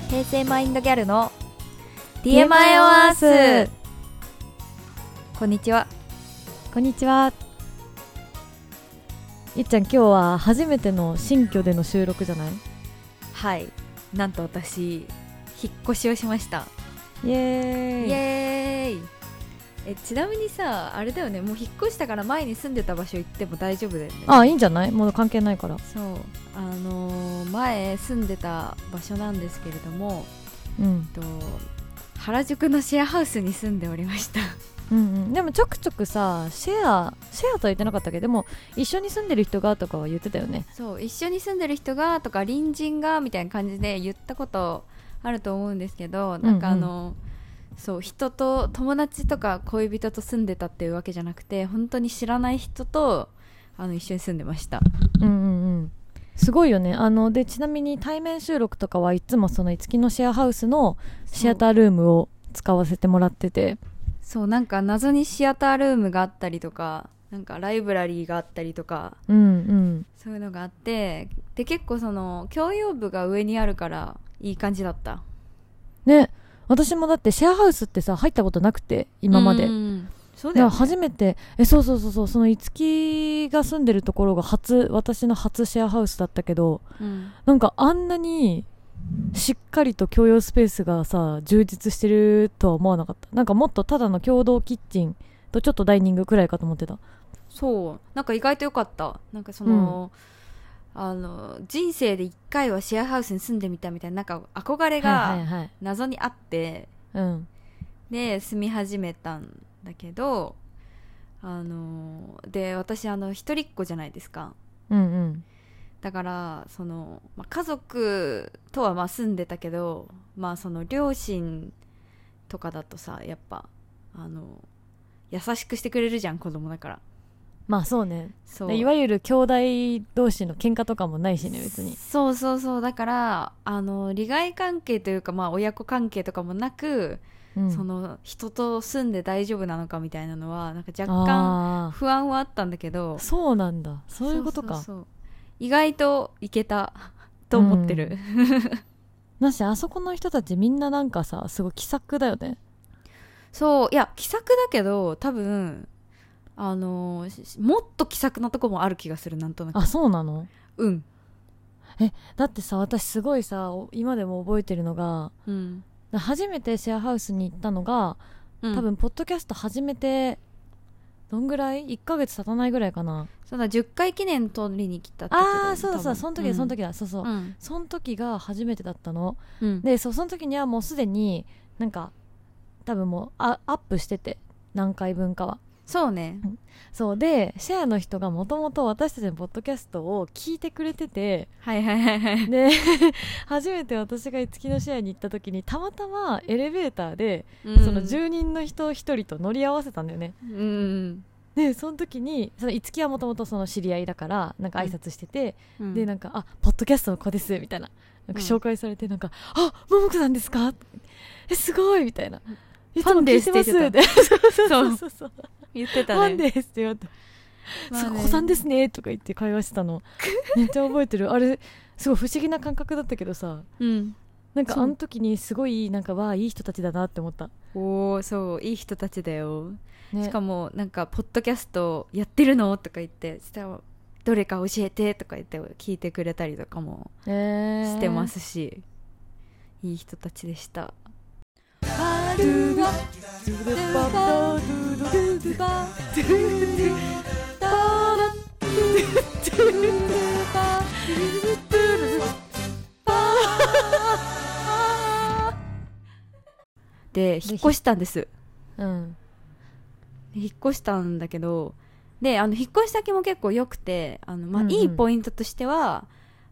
平成マインドギャルの TMI on Earth。こんにちは。 こんにちは。ゆっちゃん、今日は初めての新居での収録じゃない？ はい、なんと私引っ越しをしました。 イエーイ。 イエーイ。ちなみにさ、あれだよね、もう引っ越したから前に住んでた場所行っても大丈夫だよね。 あ、いいんじゃない？もう関係ないから。 そう、前住んでた場所なんですけれども、原宿のシェアハウスに住んでおりました。 でもちょくちょくさ、シェアとは言ってなかったっけ？でも一緒に住んでる人がとかは言ってたよね。 そう、一緒に住んでる人がとか隣人がみたいな感じで言ったことあると思うんですけど、なんかそう、人と友達とか恋人と住んでたっていうわけじゃなくて、本当に知らない人と一緒に住んでました。 すごいよね。でちなみに対面収録とかはいつもそのいつきのシェアハウスのシアタールームを使わせてもらってて、 そう、なんか謎にシアタールームがあったりとか、なんかライブラリーがあったりとか、そういうのがあって、で結構その共用部が上にあるからいい感じだったね。私もだってシェアハウスってさ、入ったことなくて今まで。 そうだよね。 初めて、そうそのいつきが住んでるところが私の初シェアハウスだったけど、なんかあんなにしっかりと共用スペースがさ充実してるとは思わなかった。なんかもっとただの共同キッチンとちょっとダイニングくらいかと思ってた。 そう、なんか意外と良かった。なんかその、人生で一回はシェアハウスに住んでみたみたいな、なんか憧れが謎にあって、で住み始めたんだけど、で私一人っ子じゃないですか。だからその、家族とは住んでたけど、その両親とかだとさ、やっぱ優しくしてくれるじゃん、子供だから。 そうね。 そう、 いわゆる兄弟同士の喧嘩とかもないしね、別に。 そうだから利害関係というか、親子関係とかもなく、その人と住んで大丈夫なのかみたいなのはなんか若干不安はあったんだけど。 そうなんだ、そういうことか。 そう意外といけたと思ってる。 なし、あそこの人たちみんななんかさ、すごい気さくだよね。 そう、いや気さくだけど多分もっと気さくなとこもある気がする、なんとなく。 あ、そうなの？だってさ、私すごいさ、今でも覚えてるのが、初めてシェアハウスに行ったのが、多分ポッドキャスト始めてどんぐらい？ 1 ヶ月経たないぐらいかな。 そうだ、10回記念取りに来たって。 そうその時だ、その時が初めてだったの、でその時にはもうすでになんか多分もうアップしてて、何回分かは。 そうね、 そうで、シェアの人がもともと私たちのポッドキャストを聞いてくれてて、で初めて私がいつきのシェアに行った時にたまたまエレベーターで、その住人の人一人と乗り合わせたんだよね。でその時にそのいつきはもともとその知り合いだからなんか挨拶してて、でなんかポッドキャストの子ですみたいな、なんか紹介されて、なんかももこさんですか、すごいみたいな、 ファンですって言ってた。 そう言ってたね。 ファンですって言われて、子さんですねとか言って会話してたのめっちゃ覚えてる。あれすごい不思議な感覚だったけどさ、なんかあの時にすごいなんかいい人たちだなって思った。 そう、いい人たちだよ、しかもなんかポッドキャストやってるのとか言って、どれか教えてとか言って聞いてくれたりとかもしてますし、いい人たちでした。春がで引っ越したんです。引っ越したんだけど、で引っ越し先も結構良くて、いいポイントとしては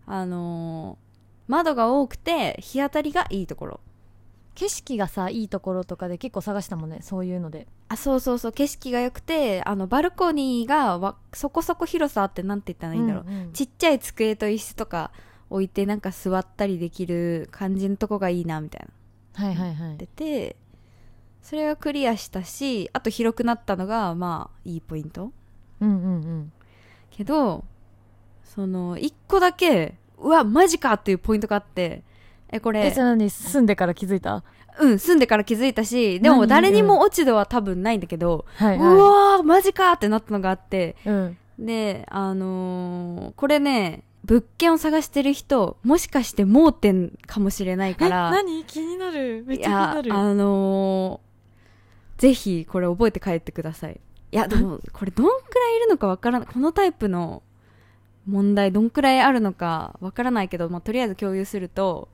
窓が多くて日当たりがいいところ。 景色がさいいところとかで結構探したもんね、そういうので。 そう景色が良くて、バルコニーがそこそこ広さあって、なんて言ったらいいんだろう、ちっちゃい机と椅子とか置いてなんか座ったりできる感じのとこがいいなみたいな出て、それがクリアしたし、あと広くなったのがいいポイント、けどその1個だけうわマジかっていうポイントがあって、 これじゃあ何、住んでから気づいた？ 住んでから気づいたし、でも誰にも落ち度は多分ないんだけど、うわーマジかってなったのがあって、でこれね、物件を探してる人、もしかして盲点かもしれないから。 何？気になる。めっちゃ気になる。 ぜひこれ覚えて帰ってください。いやでもこれどんくらいいるのかわからない。このタイプの問題どんくらいあるのかわからないけど、とりあえず共有すると、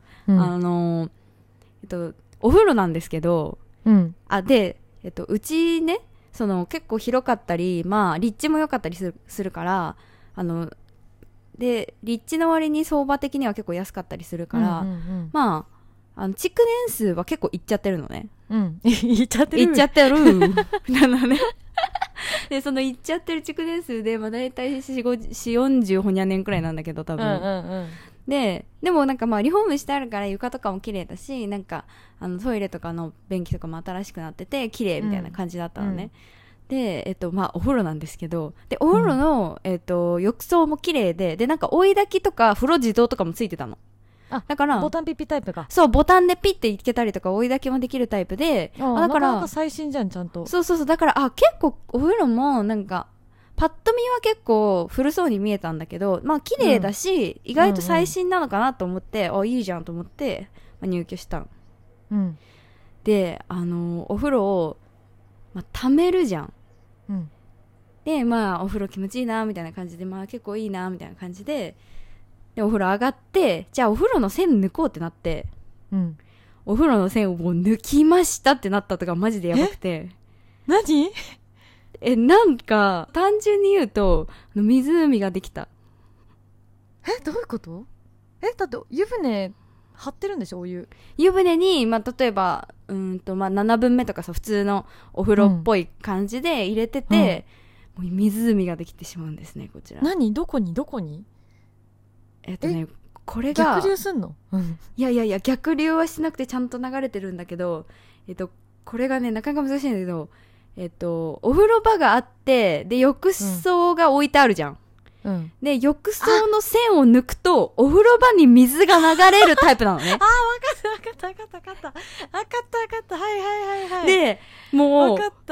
お風呂なんですけど、で、うちね、結構広かったり、立地も良かったりするから、で、立地の割に相場的には結構安かったりするから、築年数は結構いっちゃってるのね。 いっちゃってる。 いっちゃってる。なのね。で、そのいっちゃってる築年数で、だいたい40ほにゃ年くらいなんだけど、多分。でもリフォームしてあるから床とかも綺麗だし、トイレとかの便器とかも新しくなってて、綺麗みたいな感じだったのね。で、お風呂なんですけど、で、お風呂の、浴槽も綺麗で、追い炊きとか風呂自動とかもついてたの。だから、 ボタンピッピタイプか。 そう、ボタンでピッていけたりとか、追い炊きもできるタイプで、 だから、なかなか最新じゃん、ちゃんと。 そう、だから、結構お風呂も、パッと見は結構古そうに見えたんだけど、綺麗だし、意外と最新なのかなと思って、いいじゃんと思って、入居したの。で、お風呂を、溜めるじゃん。で、お風呂気持ちいいな、みたいな感じで、結構いいな、みたいな感じで、お風呂上がって、じゃあお風呂の線抜こうってなって、お風呂の線をもう抜きましたってなったとかマジでやばくて。 何？ 単純に言うと、湖ができた。 どういうこと？だって湯船張ってるんでしょ、お湯。 湯船に、例えば、7分目とかさ、普通のお風呂っぽい感じで入れてて、もう湖ができてしまうんですね、こちら。 どこにこれが。 逆流すんの？ いや、逆流はしなくてちゃんと流れてるんだけど、これがね、なかなか難しいんだけど、お風呂場があって、で、浴槽が置いてあるじゃん。で、浴槽の線を抜くと、お風呂場に水が流れるタイプなのね。 わかった。はい。 で、もう、 わかった。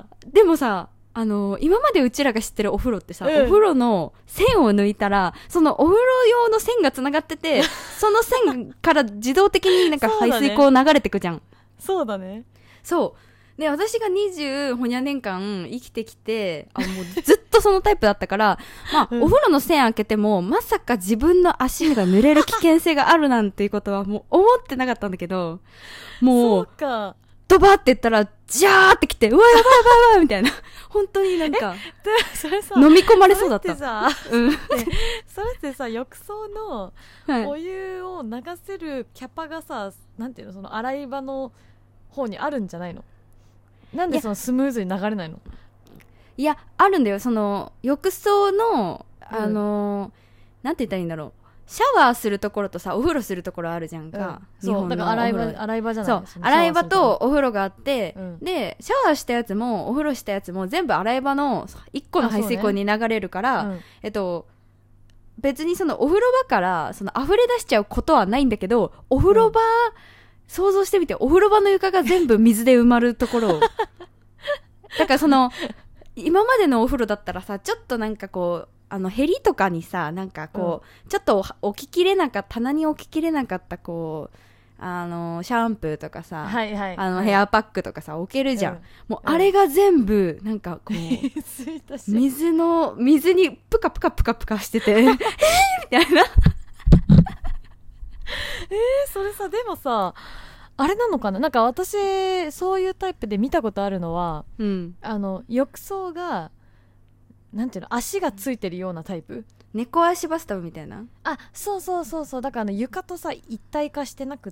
でもさ、今までうちらが知ってるお風呂ってさ、お風呂の線を抜いたら、そのお風呂用の線が繋がってて、その線から自動的に排水口流れてくじゃん。 そうだね。 そう。で、私が20ほにゃ年間生きてきて、もうずっとそのタイプだったから、お風呂の線開けても、まさか自分の足が濡れる危険性があるなんていうことはもう思ってなかったんだけど、もう、ドバーって言ったら、ジャーってきて、うわ、やばいみたいな。本当にそれさ、 飲み込まれそうだった。 それってさ、浴槽のお湯を流せるキャパがさ、なんていうの、その洗い場の方にあるんじゃないの？なんでそのスムーズに流れないの？ いや、あるんだよ。その、浴槽の、なんて言ったらいいんだろう。シャワーするところとさ、お風呂するところあるじゃんか。 そう、だから洗い場じゃない。 そう、洗い場とお風呂があって、で、シャワーしたやつも、お風呂したやつも、全部洗い場の1個の排水口に流れるから、別にそのお風呂場から、その溢れ出しちゃうことはないんだけど、お風呂場、想像してみて、お風呂場の床が全部水で埋まるところを。だからその、今までのお風呂だったらさ、ちょっとヘリとかにさ、ちょっと棚に置ききれなかった、シャンプーとかさ、ヘアパックとかさ、置けるじゃん。もう、あれが全部、水にプカしてて、みたいな。 それさ、でもさ、あれなのかな、私そういうタイプで見たことあるのは、浴槽がなんていうの、足がついてるようなタイプ、 猫足バスタブみたいな。 そうだから床とさ一体化してなくって、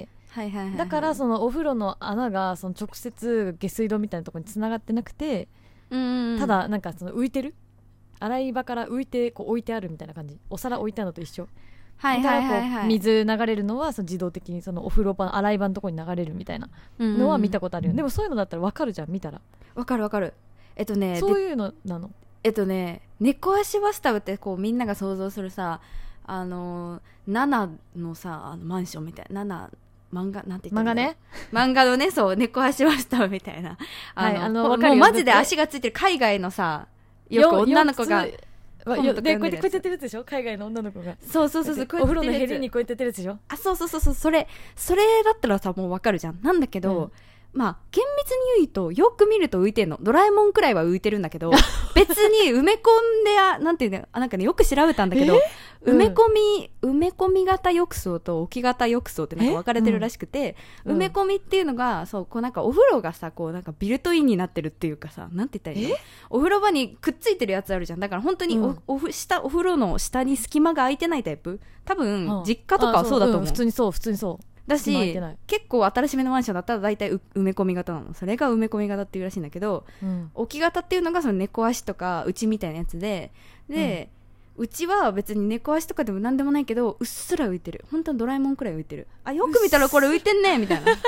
だからそのお風呂の穴がその直接下水道みたいなところに繋がってなくて、ただその浮いてる、洗い場から浮いて置いてあるみたいな感じ、お皿置いてあるのと一緒。水流れるのはその自動的にそのお風呂場、洗い場のところに流れるみたいなのは見たことあるよ、でもそういうのだったら分かるじゃん、見たら分かる。 そういうのなの。 猫足バスタブってみんなが想像するさ、 7のさマンションみたいな、7漫画なんて言った漫画ね、 漫画のね、そう猫足バスタみたいな、 はい、 もうマジで足がついてる海外のさ、よく女の子がでこうやってやってるやつでしょ、海外の女の子が。 そうそうそうそう、 お風呂のヘリにこうやってやってるやつでしょ。 あ、そうそうそうそう、それだったらさもうわかるじゃん。なんだけど、まあ厳密に言うとよく見ると浮いてんの。ドラえもんくらいは浮いてるんだけど別に埋め込んでなんていうの、なんかね、よく調べたんだけど、埋め込み型浴槽と置き型浴槽ってなんか分かれてるらしくて、埋め込みっていうのがそう、こうなんかお風呂がさ、こうなんかビルトインになってるっていうかさ、なんて言ったらいいの、お風呂場にくっついてるやつあるじゃん。だから本当にお風呂の下に隙間が空いてないタイプ、多分実家とかはそうだと思う。 普通にそうだし、結構新しめのマンションだったら大体埋め込み型なの。それが埋め込み型っていうらしいんだけど、置き型っていうのがその猫足とかうちみたいなやつで、うちは別に猫足とかでもなんでもないけど、うっすら浮いてる。本当にドラえもんくらい浮いてる。あ、よく見たらこれ浮いてんねみたいな。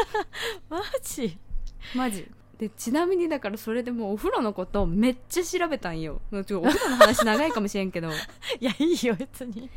マジで、ちなみにだからそれでもうお風呂のことめっちゃ調べたんよ。お風呂の話長いかもしれんけどいや、いいよ別に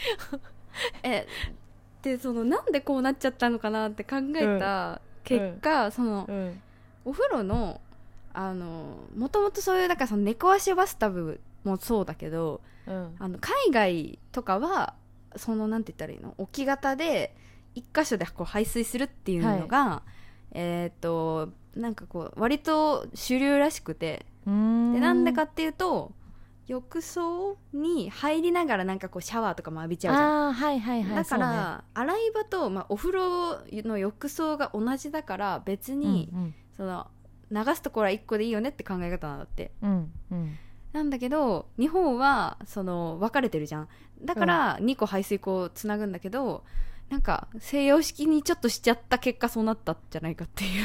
で、なんでこうなっちゃったのかなって考えた結果、お風呂のもともとそういうだからその猫足バスタブもそうだけど、海外とかはなんて言ったらいいの、置き型で一箇所でこう排水するっていうのが、なんかこう割と主流らしくて、でなんでかっていうと、浴槽に入りながらなんかこうシャワーとかも浴びちゃうじゃん。だから、洗い場と、お風呂の浴槽が同じだから、別に、流すところは1個でいいよねって考え方なんだって、なんだけど日本は分かれてるじゃん。だから2個排水口つなぐんだけど、なんか西洋式にちょっとしちゃった結果そうなったんじゃないかっていう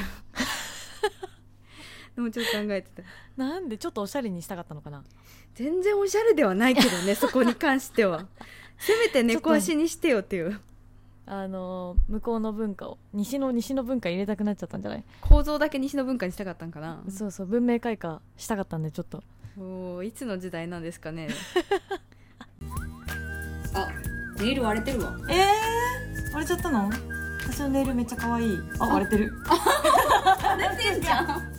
でもちょっと考えてた。 なんでちょっとおしゃれにしたかったのかな。 全然おしゃれではないけどねそこに関してはせめて猫足にしてよっていう向こうの文化を西の文化入れたくなっちゃったんじゃない。 構造だけ西の文化にしたかったんかな。 そうそう、文明開化したかったんで、ちょっといつの時代なんですかねあ、ネイル割れてるわ。 割れちゃったの。私のネイルめっちゃ可愛い。割れてる割れてんじゃん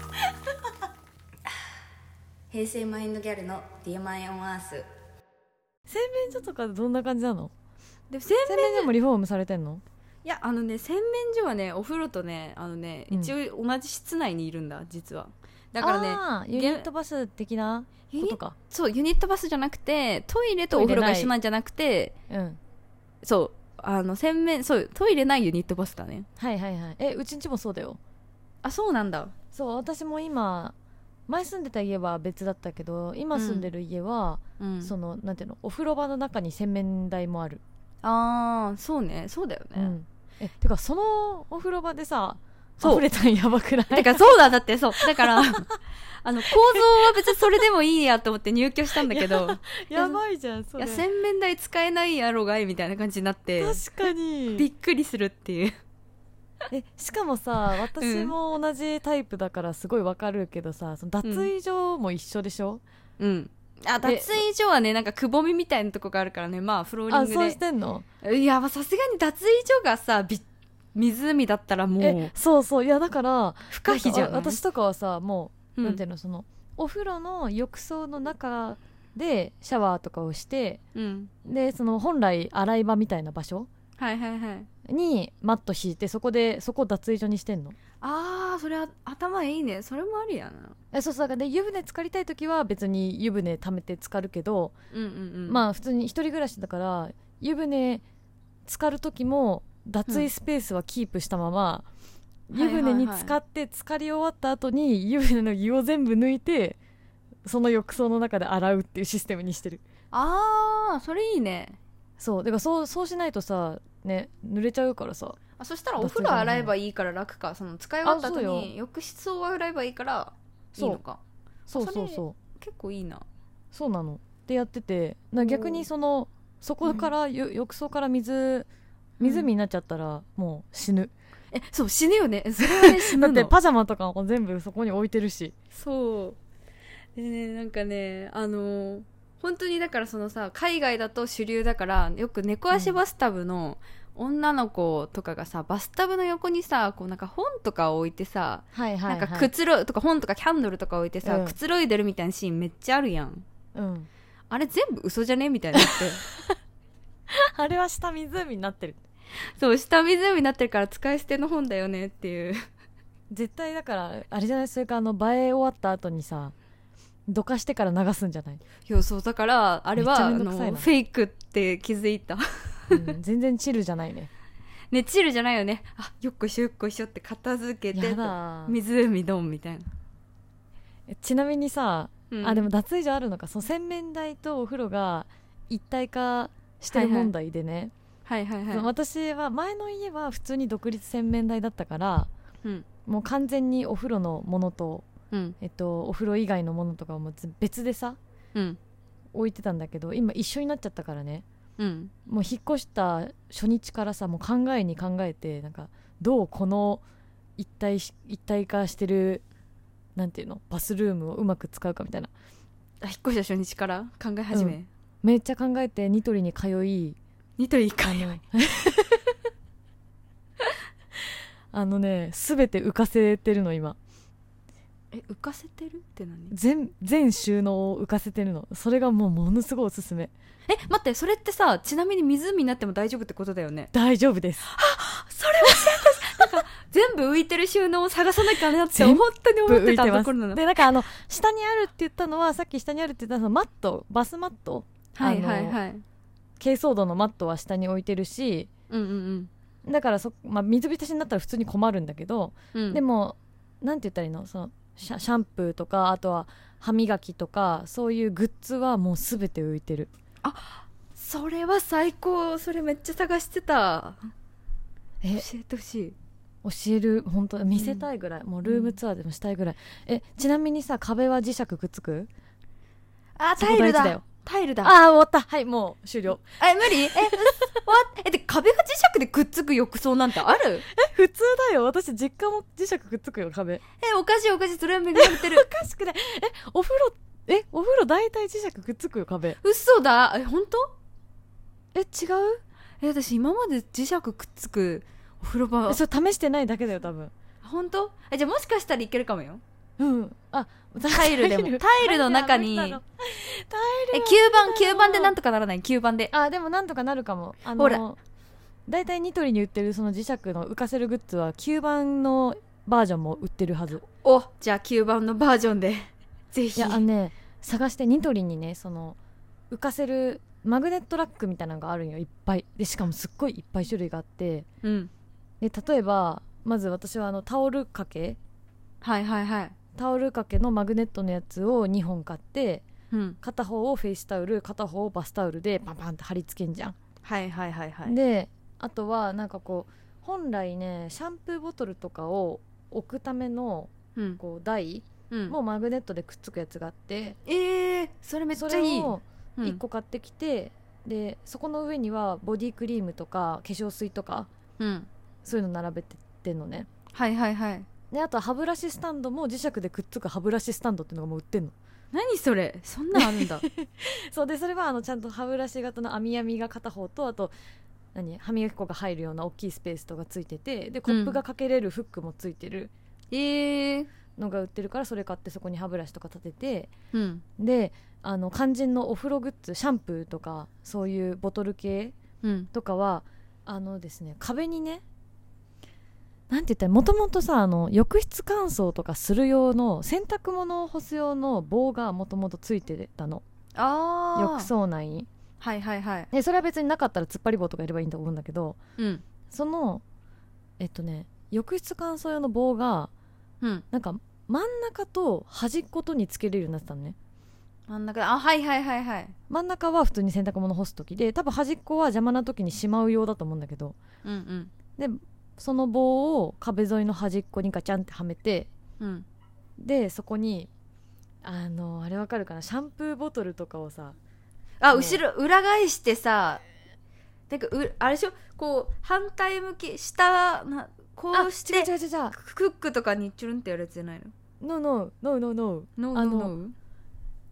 平成マインドギャルの Dear My Own Earth。 洗面所とかどんな感じなの。 で洗面所もリフォームされてんの。 いや、洗面所はね、お風呂とね、一応同じ室内にいるんだ実は。だからね、 ユニットバス的なことか。 そう、ユニットバスじゃなくて、トイレとお風呂が一緒なんじゃなくて、そう洗面、そう、トイレないユニットバスだね。 うちんちもそうだよ。 あ、そうなんだ。 そう、私も今前住んでた家は別だったけど、今住んでる家は、なんていうの、お風呂場の中に洗面台もある。 そうね、そうだよね。 てかそのお風呂場でさ、溢れたんやばくない。 てかそうだ、だってそうだから構造は別にそれでもいいやと思って入居したんだけどやばいじゃんそれ。 いや、洗面台使えないやろがいみたいな感じになって、 確かにびっくりするっていうしかもさ、私も同じタイプだからすごいわかるけどさ、その脱衣所も一緒でしょ。 脱衣所はね、なんかくぼみみたいなとこがあるからね、フローリングで。 そうしてんの。 いや、さすがに脱衣所がさ、湖だったらもうそう、いやだから不可避じゃん。 私とかはさ、もう、なんていうの、お風呂の浴槽の中でシャワーとかをして、で本来洗い場みたいな場所にマット敷いて、そこ脱衣所にしてんの。 それは頭いいね。それもありやな。 そうだから、湯船浸かりたい時は別に湯船溜めて浸かるけど、普通に一人暮らしだから湯船浸かる時も脱衣スペースはキープしたまま、湯船に浸かって浸かり終わった後に湯船の湯を全部抜いて、その浴槽の中で洗うっていうシステムにしてる。 それいいね。 そうだから、そうしないとさね、濡れちゃうからさ。 そしたらお風呂洗えばいいから楽か。使い終わった後に浴室を洗えばいいからいいのか。 そう結構いいな。 そうなのってやってて、逆にそこから、浴槽から湖になっちゃったらもう死ぬ。 そう、死ぬよね。それはね、死ぬの。 だってパジャマとかも全部そこに置いてるし。 そうでね、なんかね、 本当にだからそのさ、海外だと主流だから、よく猫足バスタブの女の子とかがさ、バスタブの横にさ、こうなんか本とかを置いてさ、 はいはいはい、 なんかくつろとか本とかキャンドルとか置いてさ、くつろいでるみたいなシーンめっちゃあるやん。あれ全部嘘じゃねみたいになってあれは下湖になってる。 そう、下湖になってるから使い捨ての本だよねっていう。 絶対だからあれじゃない、それか映え終わった後にさ、どかしてから流すんじゃない？ いや、そうだからあれはフェイクって気づいた、 全然チルじゃないね。 ね、チルじゃないよね。あ、よっこいしょよっこいしょって片付けて、湖ドンみたいな。 ちなみにさ、あ、でも脱衣所あるのか。その洗面台とお風呂が一体化してる問題でね、私は前の家は普通に独立洗面台だったから、もう完全にお風呂のものと、お風呂以外のものとかも別でさ、置いてたんだけど、今一緒になっちゃったからね、もう引っ越した初日からさ、もう考えて、なんかどうこの一体化してるなんていうの、バスルームをうまく使うかみたいな。 引っ越した初日から考え始め、 めっちゃ考えてニトリに通い、 ニトリ通い全て浮かせてるの今。 浮かせてるって何？ 全収納を浮かせてるの。それがもうものすごいおすすめ。 待って、それってさ、ちなみに湖になっても大丈夫ってことだよね？ 大丈夫です。 それはなんか全部浮いてる収納を探さなきゃなって本当に思ってたところなの。 で、なんか下にあるって言ったのは、さっき下にあるって言ったのはマット、バスマット、珪藻土のマットは下に置いてるし、だから水浸しになったら普通に困るんだけど、でもなんて言ったらいいの、そのシャンプーとか、あとは歯磨きとか、そういうグッズはもうすべて浮いてる。 あ、それは最高。それめっちゃ探してた。教えてほしい。 教える、本当見せたいぐらい、もうルームツアーでもしたいぐらい。ちなみにさ、壁は磁石くっつく？ タイルだ。タイルだ。 終わった。はい、もう終了。 無理？で、壁が磁石でくっつく浴槽なんてある？ 普通だよ。私実家も磁石くっつくよ、壁。 おかしい。それは恵まれてる。 おかしくない。お風呂大体磁石くっつくよ、壁。 嘘だ。本当？ 違う？ 私今まで磁石くっつくお風呂場。 それ試してないだけだよ、多分。 本当？じゃあもしかしたらいけるかもよ。 タイルでも。タイルの中に。吸盤でなんとかならない？吸盤で。 でもなんとかなるかも。 ほら。 だいたいニトリに売ってるその磁石の浮かせるグッズは吸盤のバージョンも売ってるはず。 じゃあ吸盤のバージョンで。ぜひ。 いや、探して、ニトリにね、その、浮かせるマグネットラックみたいなのがあるんよ、いっぱい。で、しかもすっごいいっぱい種類があって。で、例えば、まず私はタオル掛け。タオル掛けのマグネットのやつを2本買って、片方をフェイスタオル、片方をバスタオルでパンパンって貼り付けんじゃん。で、あとはなんかこう本来ね、シャンプーボトルとかを置くためのこう台もマグネットでくっつくやつがあって、 それめっちゃいい。 それを1個買ってきて、でそこの上にはボディクリームとか化粧水とか、そういうの並べてってんのね。で、あとは歯ブラシスタンドも磁石でくっつく歯ブラシスタンドっていうのがもう売ってんの。 何それ？そんなんあるんだ。 そうで、それはちゃんと歯ブラシ型の網みが片方と、あと歯磨き粉が入るような大きいスペースとかついてて、でコップがかけれるフックもついてるのが売ってるから、それ買ってそこに歯ブラシとか立てて、で肝心のお風呂グッズ、シャンプーとかそういうボトル系とかは、ですね、壁にね、なんて言ったら、もともとさ、浴室乾燥とかする用の洗濯物を干す用の棒がもともとついてたの。浴槽内に。で、それは別になかったら突っ張り棒とかやればいいんだと思うんだけど、その浴室乾燥用の棒が、なんか真ん中と端っことにつけれるようになってたのね。 真ん中、 真ん中は普通に洗濯物干す時で、多分端っこは邪魔な時にしまう用だと思うんだけど、でその棒を壁沿いの端っこにガチャンってはめて、でそこにあれわかるかな、シャンプーボトルとかをさ、 裏返してさ、なんかあれでしょ、こう反対向き、こうして、クックとかにチュルンってやるやつじゃないの？ノー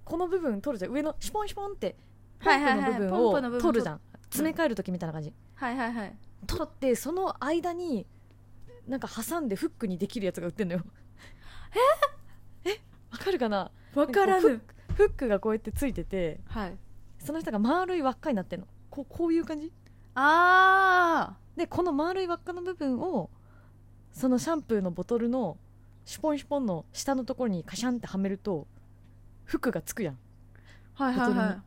この部分取るじゃん、上のシュポンシュポンってポンプの部分を取るじゃん、詰め替える時みたいな感じ、 はいはいはい、 取ってその間になんか挟んでフックにできるやつが売ってんのよ。わかるかな。 わからぬ。 フックがこうやってついてて、 はい、 その人が丸い輪っかになってんの、こういう感じで、この丸い輪っかの部分をそのシャンプーのボトルのシュポンシュポンの下のところにカシャンってはめるとフックがつくやん。 はいはいはい。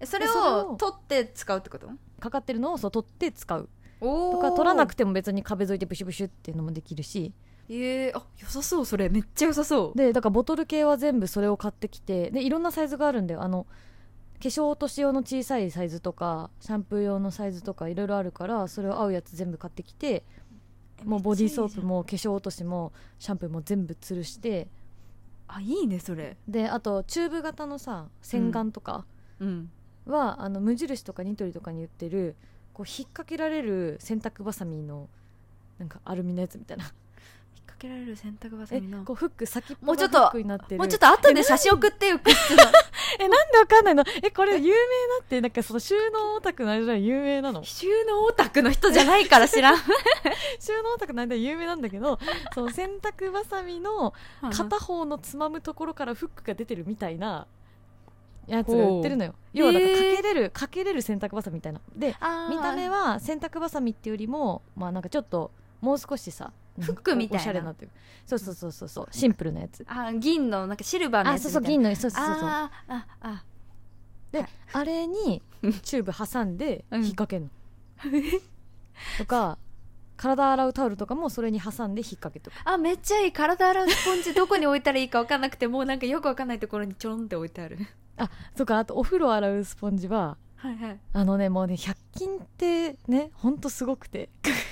それを取って使うってこと？ かかってるのを取って使うとか、取らなくても別に壁沿いでブシュブシュっていうのもできるし。 あ、良さそう。それめっちゃ良さそうで、だからボトル系は全部それを買ってきて、でいろんなサイズがあるんだよ。化粧落とし用の小さいサイズとかシャンプー用のサイズとかいろいろあるから、それを合うやつ全部買ってきて、もうボディーソープも化粧落としもシャンプーも全部吊るして、 いいねそれで、あとチューブ型のさ洗顔とかは、無印とかニトリとかに売ってるこう引っ掛けられる洗濯バサミのなんかアルミのやつみたいな、 引っ掛けられる洗濯バサミのこうフック先っぽがフックになってる。 もうちょっと後で写真送ってよクッズのなんでわかんないの。これ有名だって、なんかその収納オタクの間有名なの。 収納オタクの人じゃないから知らん収納オタクの間有名なんだけど、その洗濯バサミの片方のつまむところからフックが出てるみたいなやつが売ってるのよ。要はなんかかけれる洗濯バサミみたいなで、見た目は洗濯バサミっていうよりもまあなんかちょっともう少しさフックみたいな、 おしゃれになってる。そうシンプルなやつ。 銀のなんかシルバーのやつみたいな。 銀のそうで、あれにチューブ挟んで引っ掛けるの、とか体洗うタオルとかもそれに挟んで引っ掛けとか。 めっちゃいい。体洗うスポンジどこに置いたらいいか分かんなくて、もうなんかよく分かんないところにちょろんって置いてある。 そうか。あとお風呂洗うスポンジは、もうね100均ってねほんとすごくて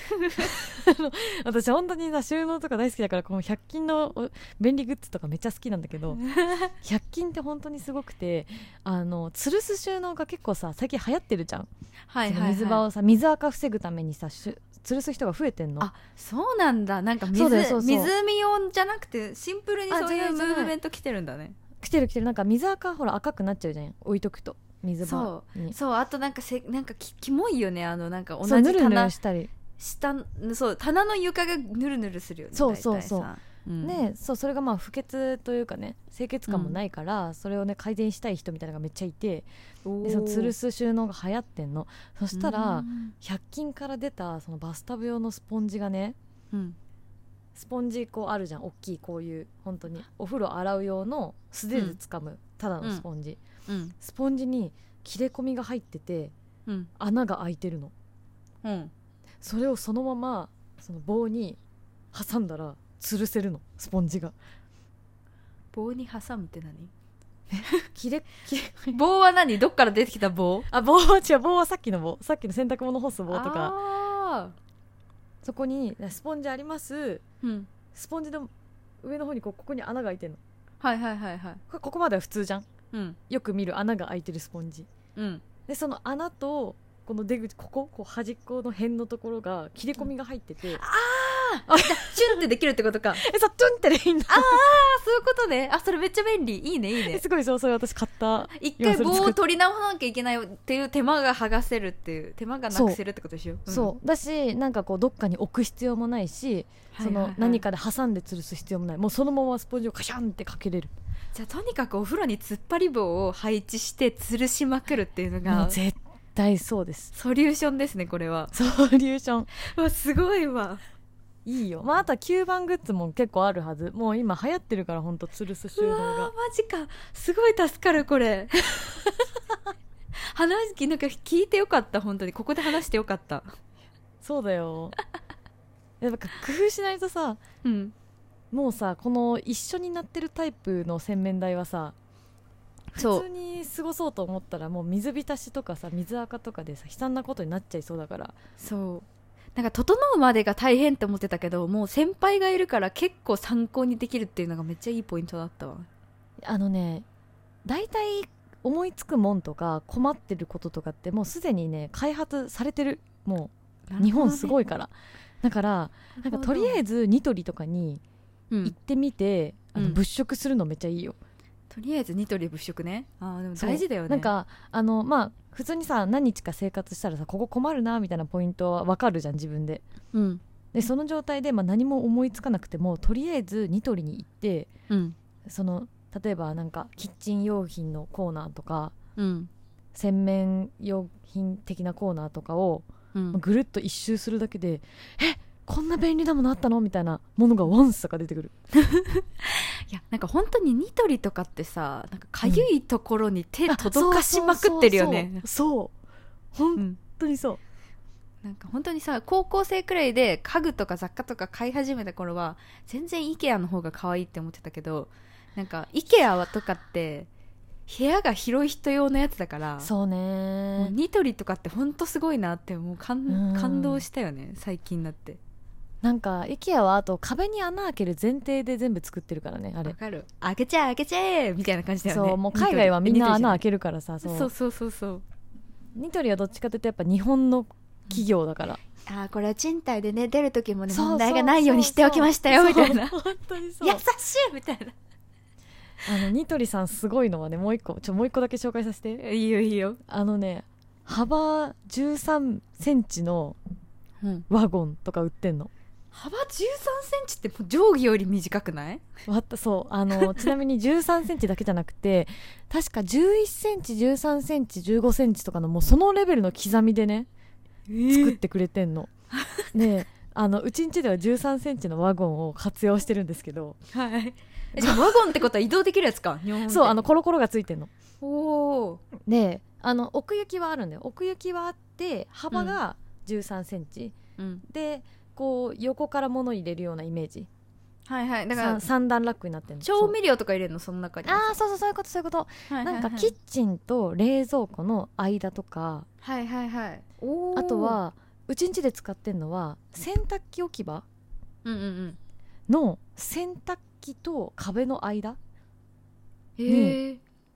私本当に収納とか大好きだから、この100均の便利グッズとかめっちゃ好きなんだけど100均って本当にすごくて、吊るす収納が結構さ最近流行ってるじゃん。水場をさ水垢防ぐためにさ吊るす人が増えてんの。 そうなんだ。なんか湖用じゃなくてシンプルにそういうムーブメント来てるんだね。 来てる。なんか水垢ほら赤くなっちゃうじゃん、置いとくと水場に。そうあとなんかキモいよね。なんか同じ棚ぬるぬるしたり棚の床がヌルヌルするよね。 それがまあ不潔というかね、清潔感もないから、それをね改善したい人みたいなのがめっちゃいて、でその吊るす収納が流行ってんの。そしたら100均から出たそのバスタブ用のスポンジがね、スポンジこうあるじゃん、大きいこういう本当にお風呂洗う用の素手で掴むただのスポンジ、スポンジに切れ込みが入ってて、穴が開いてるの、それをそのままその棒に挟んだら吊るせるの、スポンジが。 棒に挟むって何？ 棒は何？どっから出てきた棒？ 棒はさっきの洗濯物干す棒とか。そこにスポンジあります、スポンジの上の方にここに穴が開いてるの。ここまでは普通じゃん、よく見る穴が開いてるスポンジ、でその穴とこの出口こう端っこの辺のところが切れ込みが入ってて、じゃあチュンってできるってことか。 チュンってでいいんだ。 そういうことね。それめっちゃ便利。いいね。 すごい。それ私買った。 一回棒を取り直さなきゃいけないっていう手間が剥がせるっていう手間がなくせるってことでしょ。 そうだし、なんかこうどっかに置く必要もないし、その何かで挟んで吊るす必要もない。もうそのままスポンジをカシャンってかけれる。 じゃあとにかくお風呂に突っ張り棒を配置して吊るしまくるっていうのがもう絶対そうです。 ソリューションですね、これは。 ソリューション。 すごいわ。 いいよ。あとは吸盤グッズも結構あるはず。もう今流行ってるから、ほんと吊るす収納が。 マジか。すごい助かる、これ。話なんか聞いてよかった、本当に。ここで話してよかった。 そうだよ。やっぱ工夫しないとさ、もうさ、この一緒になってるタイプの洗面台はさ、普通に過ごそうと思ったらもう水浸しとかさ、水垢とかでさ、悲惨なことになっちゃいそうだから。 なんか整うまでが大変って思ってたけど、もう先輩がいるから結構参考にできるっていうのがめっちゃいいポイントだったわ。 大体思いつくもんとか困ってることとかってもうすでにね開発されてる。もう日本すごいから、だからなんかとりあえずニトリとかに行ってみて、物色するのめっちゃいいよ。 とりあえずニトリ物色ね。でも大事だよね。 なんかまあ普通にさ何日か生活したらさここ困るなみたいなポイントは分かるじゃん自分で。でその状態で、何も思いつかなくてもとりあえずニトリに行って、例えばなんかキッチン用品のコーナーとか、洗面用品的なコーナーとかを、ぐるっと一周するだけでこんな便利なものあったのみたいなものがワンサが出てくる。 いやなんか本当にニトリとかってさなんかかゆいところに手届かしまくってるよね。 そう本当にそう、 なんか本当にさ高校生くらいで家具とか雑貨とか買い始めた頃は全然 IKEA の方が可愛いって思ってたけど、なんか IKEA とかって部屋が広い人用のやつだから、 そうね、 ニトリとかって本当すごいなってもう感動したよね最近になって。 なんか IKEA はあと壁に穴開ける前提で全部作ってるからね。あれわかる、開けちゃえ開けちゃえみたいな感じだよね。 そうもう海外はみんな穴開けるからさ。 そうニトリはどっちかというとやっぱ日本の企業だから、 これは賃貸でね出る時もね問題がないようにしておきましたよみたいな。 本当にそう優しいみたいな。 ニトリさんすごいのはねもう一個だけ紹介させて。 いいよいいよ。 幅13センチのワゴンとか売ってんの。 幅13センチってもう定規より短くない？ そうちなみに13センチだけじゃなくて確か11センチ13センチ15センチとかのもうそのレベルの刻みでね、作ってくれてんの。でうちんちでは13センチのワゴンを活用してるんですけど、 はい。じゃあワゴンってことは移動できるやつか。 そうコロコロがついてんの。 おー。 で奥行きはあるんだよ。奥行きはあって幅が13センチ、でこう横から物入れるようなイメージ。 はいはい。だから 3段ラックになってるの。 調味料とか入れるのその中に。 そういうこと、なんかキッチンと冷蔵庫の間とか、あとはうちんちで使ってるのは洗濯機置き場の洗濯機と壁の間に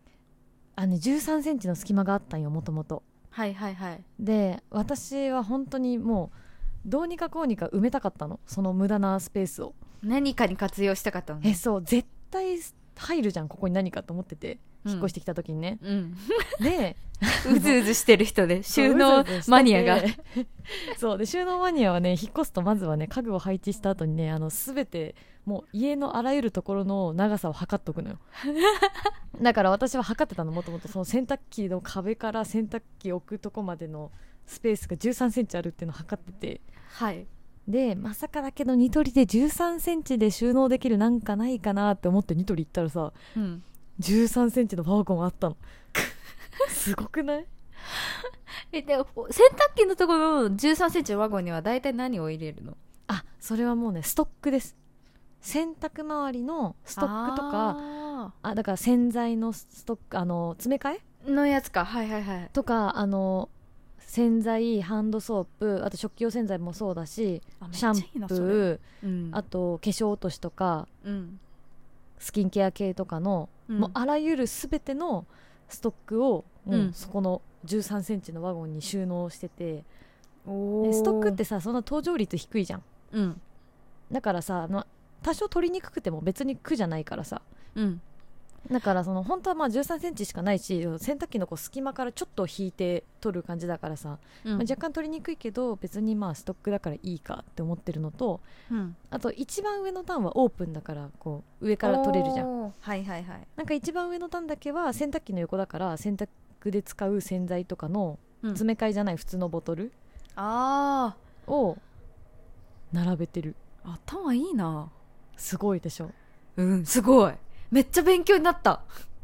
13センチの隙間があったんよもともと。で私は本当にもうどうにかこうにか埋めたかったの、その無駄なスペースを。 何かに活用したかったのね。 そう絶対入るじゃんここに何かと思ってて、引っ越してきた時にね、でうずうずしてる人で収納マニアがそうで収納マニアはね引っ越すとまずはね家具を配置した後にね全てもう家のあらゆるところの長さを測っとくのよ。だから私は測ってたのもともとその洗濯機の壁から洗濯機置くとこまでのスペースが13センチあるっていうのを測ってて、でまさかだけどニトリで13センチで収納できるなんかないかなって思ってニトリ行ったらさ、13センチのワゴンあったの。すごくない？ で洗濯機のところの13センチのワゴンには大体何を入れるの？ それはもうねストックです。洗濯周りのストックとかだから洗剤のストック詰め替えのやつか。 とか洗剤ハンドソープあと食器用洗剤もそうだしシャンプー、あと化粧落としとか、スキンケア系とかの、もうあらゆるすべてのストックを、そこの13センチのワゴンに収納してて、ストックってさそんな登場率低いじゃん、だからさ、多少取りにくくても別に苦じゃないからさ、だからその本当は13センチしかないし洗濯機の隙間からちょっと引いて取る感じだからさ、若干取りにくいけど別にストックだからいいかって思ってるのと、あと一番上の段はオープンだからこう上から取れるじゃん。なんか一番上の段だけは洗濯機の横だから洗濯で使う洗剤とかの詰め替えじゃない普通のボトルを並べてる。 頭いいな。 すごいでしょ。 すごい。めっちゃ勉強になった。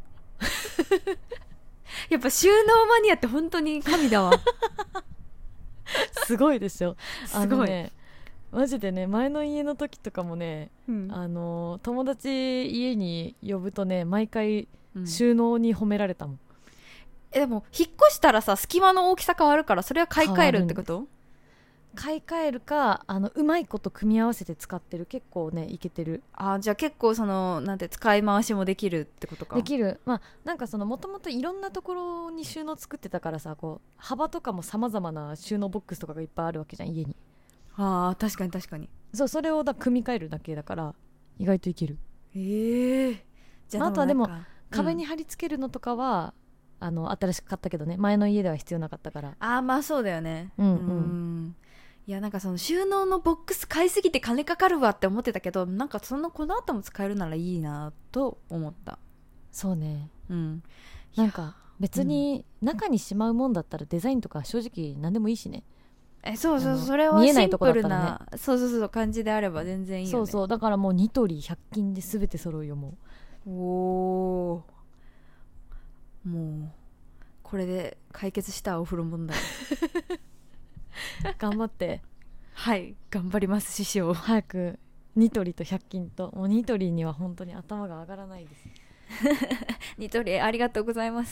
やっぱ収納マニアって本当に神だわ。 すごいでしょ。 すごい。 マジでね前の家の時とかもね、友達家に呼ぶとね毎回収納に褒められたもん。 でも引っ越したらさ隙間の大きさ変わるからそれは買い替えるってこと？ 買い替えるかうまいこと組み合わせて使ってる。結構ねいけてる。 じゃあ結構なんて使い回しもできるってことか。 できる。なんかもともといろんなところに収納作ってたからさこう幅とかもさまざまな収納ボックスとかがいっぱいあるわけじゃん家に。 確かにそれを組み替えるだけだから意外といける。 じゃああとはでも壁に貼り付けるのとかは、新しく買ったけどね、前の家では必要なかったから。 ああ、まあそうだよね。 うんうん。 いや、なんかその収納のボックス買いすぎて金かかるわって思ってたけど、なんかこの後も使えるならいいなと思った。 そうね。 うん。 なんか別に中にしまうもんだったらデザインとか正直何でもいいしね。 そうそう、それはシンプルな、そうそうそう感じであれば全然いいよね。 そうそう、だからもうニトリ100均で全て揃うよ、もう。おお、もうこれで解決したお風呂問題。 頑張って。 はい、頑張ります師匠。 早くニトリと100均と、もうニトリには本当に頭が上がらないです。 ニトリありがとうございます。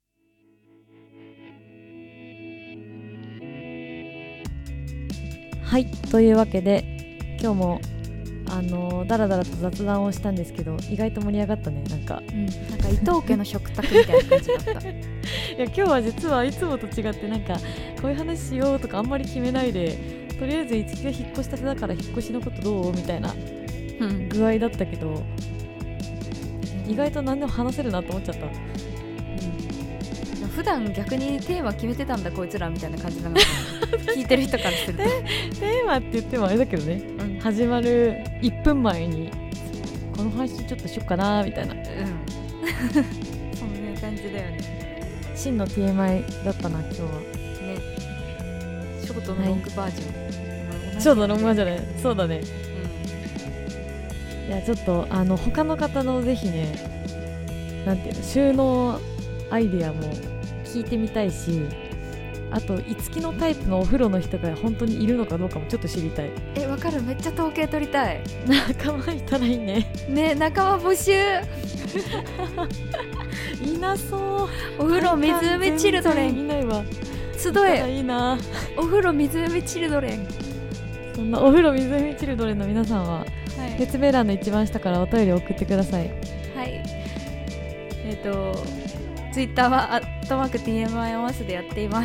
はい、というわけで今日もだらだらと雑談をしたんですけど、意外と盛り上がったね。なんか伊藤家の食卓みたいな感じだった。いや、今日は実はいつもと違ってなんかこういう話しようとかあんまり決めないで、とりあえず一木が引っ越したてだから引っ越しのことどうみたいな具合だったけど、意外と何でも話せるなと思っちゃった。 普段逆にテーマ決めてたんだこいつらみたいな感じなのかな。聞いてる人からするとテーマって言ってもあれだけどね、始まる1分前にこの配信ちょっとしよっかなみたいな、 そんな感じだよね。 真の TMI だったな今日はね。 ショートのロングバージョン、ショートのロングバージョンね。そうだね、いやちょっと他の方のぜひね、なんていうの、収納アイデアも聞いてみたいし、あといつきのタイプのお風呂の人が本当にいるのかどうかもちょっと知りたい。 わかる、めっちゃ統計取りたい。 仲間いたらいいね。 ね、仲間募集。 いなそう。 お風呂湖チルドレンいないわ。 集え。いいな。お風呂湖チルドレン。 そんなお風呂湖チルドレンの皆さんは、説明欄の一番下からお便り送ってください。 はい。ツイッターは@TMI オマスでやっています。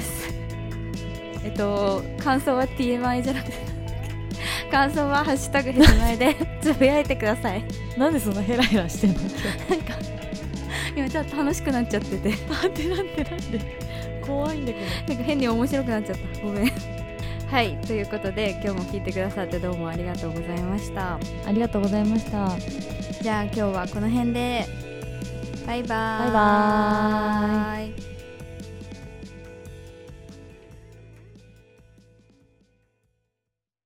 感想は TMI じゃなくて感想はハッシュタグへつまいでつぶやいてください。 なんでそんなヘラヘラしてんの？なんか今ちょっと楽しくなっちゃってて。 なんで怖いんだけど、 なんか変に面白くなっちゃった。ごめん。はい、ということで今日も聞いてくださってどうもありがとうございました。 ありがとうございました。 じゃあ今日はこの辺でバイバーイ。 バイバーイ。